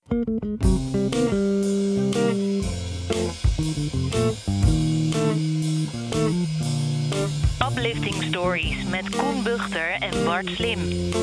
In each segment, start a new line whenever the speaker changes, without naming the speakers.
Uplifting Stories met Koen Buchter en Bart Slim.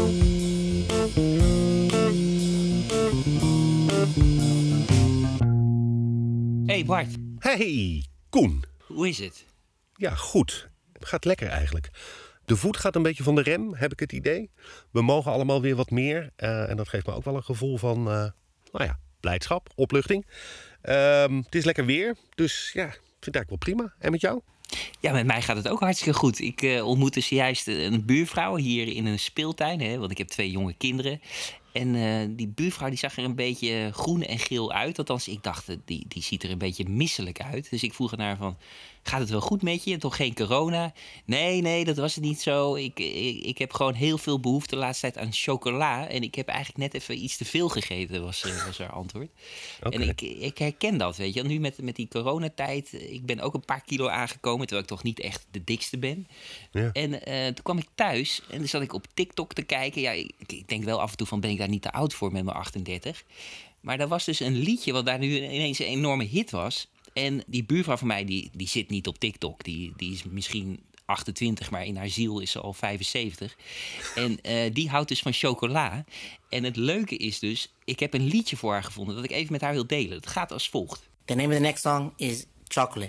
Hey Bart.
Hey, Koen.
Hoe is het?
Ja, goed. Het gaat lekker eigenlijk. De voet gaat een beetje van de rem, heb ik het idee. We mogen allemaal weer wat meer. En dat geeft me ook wel een gevoel van, blijdschap, opluchting. Het is lekker weer, dus ja, ik vind het eigenlijk wel prima. En met jou?
Ja, met mij gaat het ook hartstikke goed. Ik ontmoette zojuist een buurvrouw hier in een speeltuin. Hè, want ik heb 2 jonge kinderen. En die buurvrouw die zag er een beetje groen en geel uit. Althans, ik dacht, die ziet er een beetje misselijk uit. Dus ik vroeg aan haar van, gaat het wel goed met je? Toch geen corona? Nee, dat was het niet zo. Ik heb gewoon heel veel behoefte de laatste tijd aan chocola. En ik heb eigenlijk net even iets te veel gegeten, was haar antwoord. Okay. En ik herken dat, weet je. Nu met die coronatijd, ik ben ook een paar kilo aangekomen, terwijl ik toch niet echt de dikste ben. Ja. En toen kwam ik thuis en dan zat ik op TikTok te kijken. Ja, ik denk wel af en toe van, ben ik daar niet te oud voor met mijn 38? Maar er was dus een liedje wat daar nu ineens een enorme hit was. En die buurvrouw van mij, die zit niet op TikTok. Die is misschien 28, maar in haar ziel is ze al 75. En die houdt dus van chocola. En het leuke is dus, ik heb een liedje voor haar gevonden dat ik even met haar wil delen. Het gaat als volgt.
The name of the next song is Chocolate.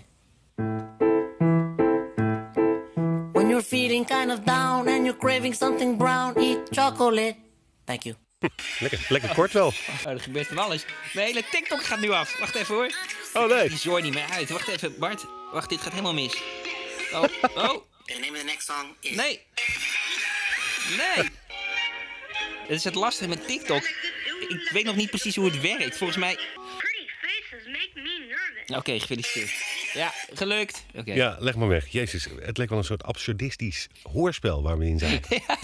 When you're feeling kind of down and you're craving something brown, eat chocolate. Thank you.
Lekker kort wel.
Oh, er gebeurt van alles. Mijn hele TikTok gaat nu af. Wacht even hoor.
Oh nee.
Die zooi niet meer uit. Wacht even, Bart. Wacht, dit gaat helemaal mis. Oh.
The name of the next song is...
Nee. Het is het lastige met TikTok. Ik weet nog niet precies hoe het werkt. Volgens mij... Oké, gefeliciteerd. Ja, gelukt. Okay.
Ja, leg maar weg. Jezus, het leek wel een soort absurdistisch hoorspel waar we in zijn. Ja.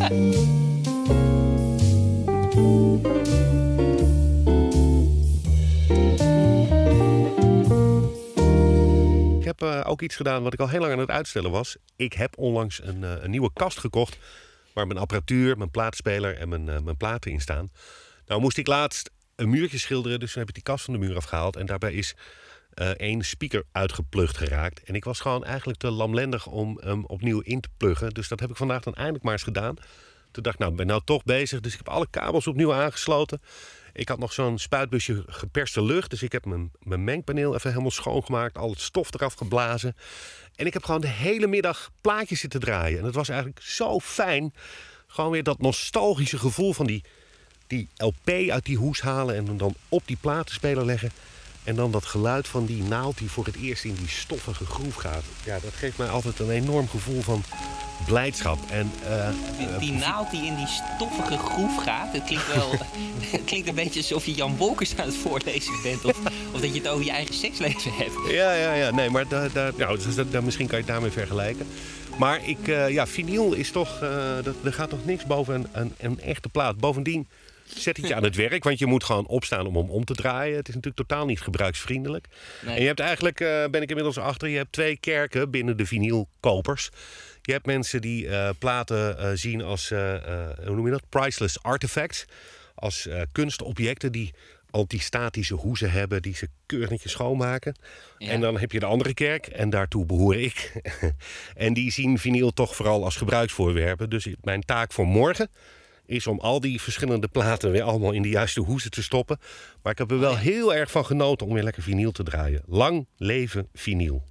Ik heb ook iets gedaan wat ik al heel lang aan het uitstellen was. Ik heb onlangs een nieuwe kast gekocht waar mijn apparatuur, mijn plaatspeler en mijn platen in staan. Nou moest ik laatst een muurtje schilderen, dus toen heb ik die kast van de muur afgehaald. En daarbij is 1 speaker uitgeplucht geraakt. En ik was gewoon eigenlijk te lamlendig om hem opnieuw in te pluggen. Dus dat heb ik vandaag dan eindelijk maar eens gedaan. Toen dacht ik, ik ben nou toch bezig. Dus ik heb alle kabels opnieuw aangesloten. Ik had nog zo'n spuitbusje geperste lucht. Dus ik heb mijn mengpaneel even helemaal schoongemaakt. Al het stof eraf geblazen. En ik heb gewoon de hele middag plaatjes zitten draaien. En het was eigenlijk zo fijn. Gewoon weer dat nostalgische gevoel van die LP uit die hoes halen. En hem dan op die platenspeler leggen. En dan dat geluid van die naald die voor het eerst in die stoffige groef gaat. Ja, dat geeft mij altijd een enorm gevoel van blijdschap. En,
die naald die in die stoffige groef gaat, het klinkt wel... het klinkt een beetje alsof je Jan Wolkers aan het voorlezen bent. Of dat je het over je eigen seksleven hebt.
Ja. Nee, maar misschien kan je het daarmee vergelijken. Maar vinyl is toch... er gaat toch niks boven een echte plaat. Bovendien zet het je aan het werk, want je moet gewoon opstaan om hem om te draaien. Het is natuurlijk totaal niet gebruiksvriendelijk. Nee. En je hebt eigenlijk, ben ik inmiddels achter, je hebt 2 kerken binnen de vinylkopers. Je hebt mensen die platen zien als, hoe noem je dat? Priceless artifacts. Als kunstobjecten die antistatische hoezen hebben, die ze keurig netjes schoonmaken. Ja. En dan heb je de andere kerk, en daartoe behoor ik. En die zien vinyl toch vooral als gebruiksvoorwerpen. Dus mijn taak voor morgen is om al die verschillende platen weer allemaal in de juiste hoezen te stoppen. Maar ik heb er wel heel erg van genoten om weer lekker vinyl te draaien. Lang leven vinyl.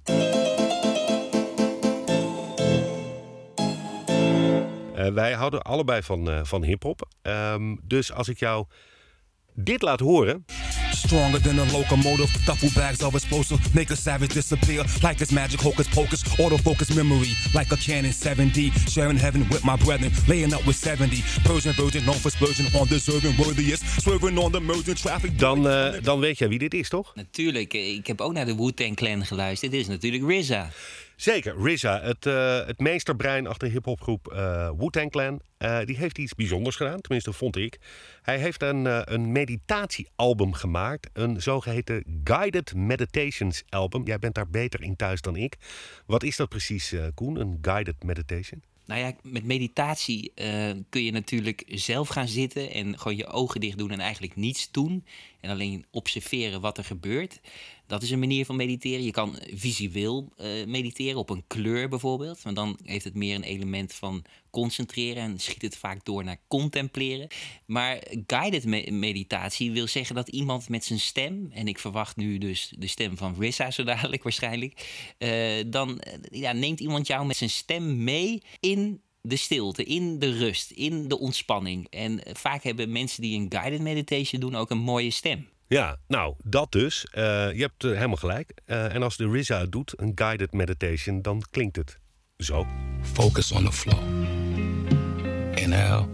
Wij houden allebei van hiphop. Dus als ik jou dit laat horen...
Stronger than a locomotive, duffel bags are explosive, make a savage disappear like it's magic, hocus pocus, autofocus memory, like a Canon 7D, sharing heaven with my brethren, laying up with 70, Persian virgin, known for splurging on deserving worthiest, swerving on the merging traffic.
Dan weet jij wie dit is, toch?
Natuurlijk, ik heb ook naar de Wu-Tang Clan geluisterd, dit is natuurlijk RZA.
Zeker, RZA, het meesterbrein achter de hiphopgroep Wu-Tang Clan. Die heeft iets bijzonders gedaan, tenminste vond ik. Hij heeft een meditatiealbum gemaakt. Een zogeheten Guided Meditations album. Jij bent daar beter in thuis dan ik. Wat is dat precies, Koen, een Guided Meditation?
Nou ja, met meditatie kun je natuurlijk zelf gaan zitten en gewoon je ogen dicht doen en eigenlijk niets doen. En alleen observeren wat er gebeurt. Dat is een manier van mediteren. Je kan visueel mediteren op een kleur bijvoorbeeld. Want dan heeft het meer een element van concentreren en schiet het vaak door naar contempleren. Maar guided meditatie wil zeggen dat iemand met zijn stem, en ik verwacht nu dus de stem van Rissa zo dadelijk waarschijnlijk, dan neemt iemand jou met zijn stem mee in de stilte, in de rust, in de ontspanning. En vaak hebben mensen die een guided meditation doen ook een mooie stem.
Ja, nou, dat dus. Je hebt helemaal gelijk. En als de Rissa het doet, een guided meditation, dan klinkt het zo.
Focus on the flow. Inhale.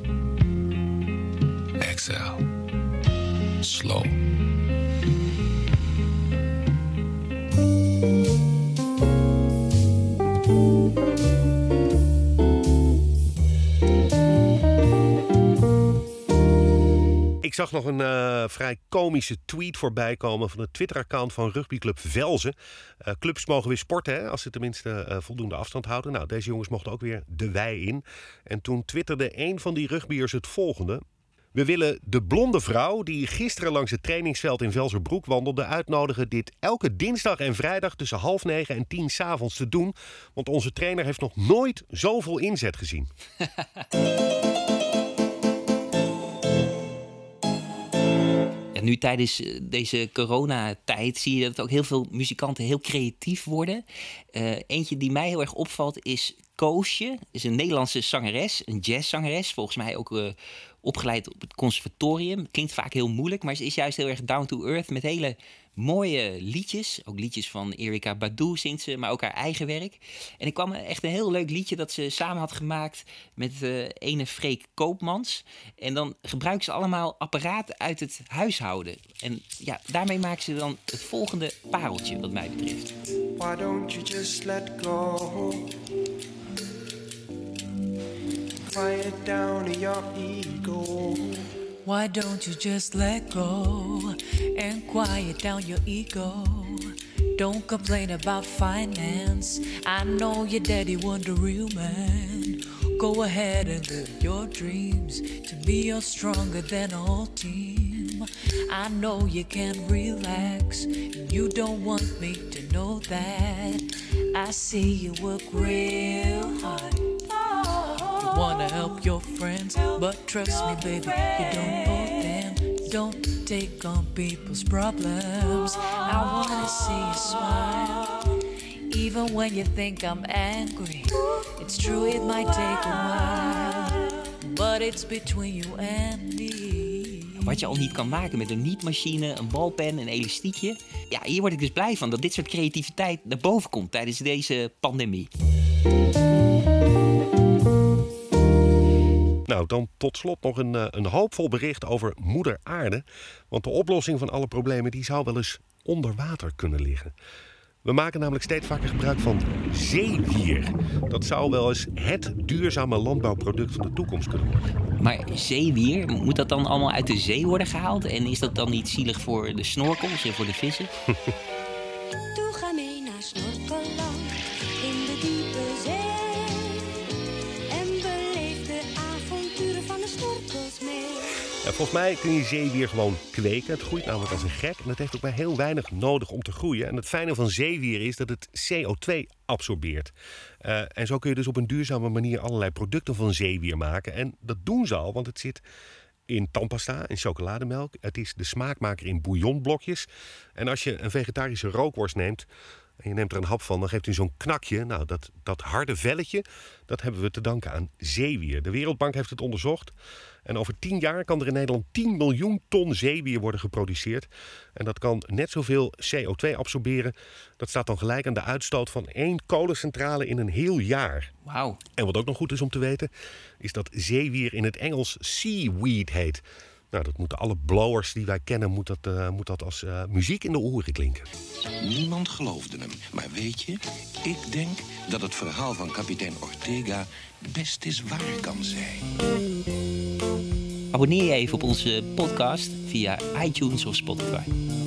Exhale. Slow.
Ik zag nog een vrij komische tweet voorbij komen van het Twitter-account van rugbyclub Velzen. Clubs mogen weer sporten, hè, als ze tenminste voldoende afstand houden. Nou, deze jongens mochten ook weer de wei in. En toen twitterde een van die rugbyers het volgende. We willen de blonde vrouw die gisteren langs het trainingsveld in Velzerbroek wandelde uitnodigen dit elke dinsdag en vrijdag tussen 8:30 en 10 s'avonds te doen. Want onze trainer heeft nog nooit zoveel inzet gezien.
En nu tijdens deze coronatijd zie je dat ook heel veel muzikanten heel creatief worden. Eentje die mij heel erg opvalt is Koosje. Is een Nederlandse zangeres, een jazzzangeres. Volgens mij ook opgeleid op het conservatorium. Klinkt vaak heel moeilijk, maar ze is juist heel erg down to earth met hele mooie liedjes. Ook liedjes van Erykah Badu zingt ze, maar ook haar eigen werk. En ik kwam echt een heel leuk liedje dat ze samen had gemaakt met ene Freek Koopmans. En dan gebruiken ze allemaal apparaten uit het huishouden. En ja, daarmee maken ze dan het volgende pareltje wat mij betreft.
Why don't you just let go? Quiet down your ego.
Why don't you just let go and quiet down your ego? Don't complain about finance. I know your daddy wasn't a real man. Go ahead and live your dreams. To me you're stronger than all team. I know you can't relax. You don't want me to know that. I see you work real hard. Wanna help your friends, but trust me, baby, you don't owe them. Don't take on people's problems. I wanna see you smile, even when you think I'm angry. It's true, it might take a while, but it's between you and me.
Wat je al niet kan maken met een nietmachine, een balpen, een elastiekje. Ja, hier word ik dus blij van dat dit soort creativiteit naar boven komt tijdens deze pandemie.
Nou, dan tot slot nog een hoopvol bericht over Moeder Aarde. Want de oplossing van alle problemen die zou wel eens onder water kunnen liggen. We maken namelijk steeds vaker gebruik van zeewier. Dat zou wel eens het duurzame landbouwproduct van de toekomst kunnen worden.
Maar zeewier, moet dat dan allemaal uit de zee worden gehaald? En is dat dan niet zielig voor de snorkels en voor de vissen?
Doe ga mee naar Snorkeland in de diepe zee. En beleef de avonturen van de snorkels mee.
Ja, volgens mij kun je zeewier gewoon kweken. Het groeit namelijk als een gek. En het heeft ook maar heel weinig nodig om te groeien. En het fijne van zeewier is dat het CO2 absorbeert. En zo kun je dus op een duurzame manier allerlei producten van zeewier maken. En dat doen ze al, want het zit in tandpasta, in chocolademelk. Het is de smaakmaker in bouillonblokjes. En als je een vegetarische rookworst neemt en je neemt er een hap van, dan geeft u zo'n knakje. Nou, dat harde velletje, dat hebben we te danken aan zeewier. De Wereldbank heeft het onderzocht. En over 10 jaar kan er in Nederland 10 miljoen ton zeewier worden geproduceerd. En dat kan net zoveel CO2 absorberen. Dat staat dan gelijk aan de uitstoot van 1 kolencentrale in een heel jaar.
Wauw.
En wat ook nog goed is om te weten, is dat zeewier in het Engels seaweed heet. Nou, dat moeten alle blowers die wij kennen, moet dat als muziek in de oren klinken.
Niemand geloofde hem. Maar weet je, ik denk dat het verhaal van kapitein Ortega best eens waar kan zijn.
Abonneer je even op onze podcast via iTunes of Spotify.